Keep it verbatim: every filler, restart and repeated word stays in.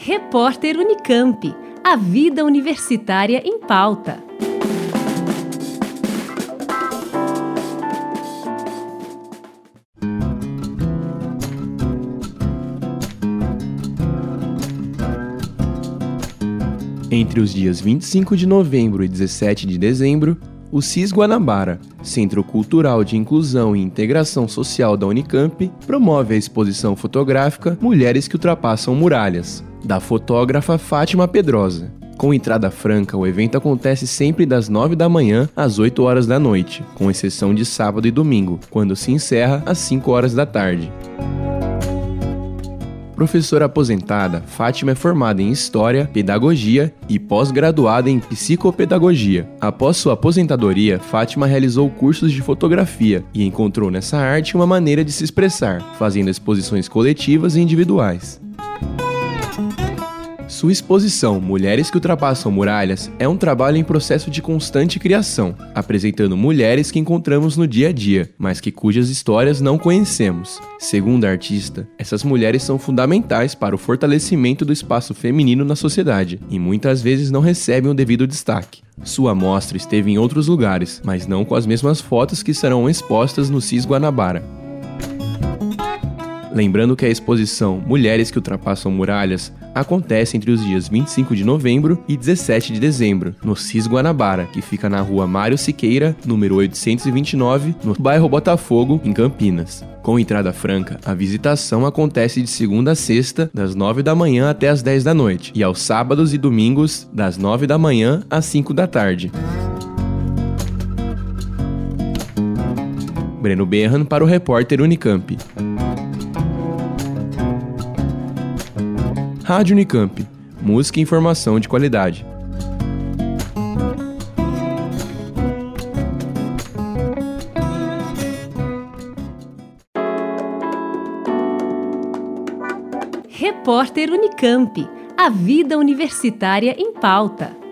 Repórter Unicamp. A vida universitária em pauta. Entre os dias vinte e cinco de novembro e dezessete de dezembro, o CIS Guanabara, Centro Cultural de Inclusão e Integração Social da Unicamp, promove a exposição fotográfica Mulheres que Ultrapassam Muralhas, da fotógrafa Fátima Pedrosa. Com entrada franca, o evento acontece sempre das nove da manhã às oito horas da noite, com exceção de sábado e domingo, quando se encerra às cinco horas da tarde. Professora aposentada, Fátima é formada em História, Pedagogia e pós-graduada em Psicopedagogia. Após sua aposentadoria, Fátima realizou cursos de fotografia e encontrou nessa arte uma maneira de se expressar, fazendo exposições coletivas e individuais. Sua exposição Mulheres que Ultrapassam Muralhas é um trabalho em processo de constante criação, apresentando mulheres que encontramos no dia a dia, mas que cujas histórias não conhecemos. Segundo a artista, essas mulheres são fundamentais para o fortalecimento do espaço feminino na sociedade e muitas vezes não recebem o devido destaque. Sua mostra esteve em outros lugares, mas não com as mesmas fotos que serão expostas no CIS Guanabara. Lembrando que a exposição Mulheres que Ultrapassam Muralhas acontece entre os dias vinte e cinco de novembro e dezessete de dezembro, no CIS Guanabara, que fica na rua Mário Siqueira, número oitocentos e vinte e nove, no bairro Botafogo, em Campinas. Com entrada franca, a visitação acontece de segunda a sexta, das nove da manhã até as dez da noite, e aos sábados e domingos, das nove da manhã às cinco da tarde. Breno Berran para o Repórter Unicamp. Rádio Unicamp. Música e informação de qualidade. Repórter Unicamp. A vida universitária em pauta.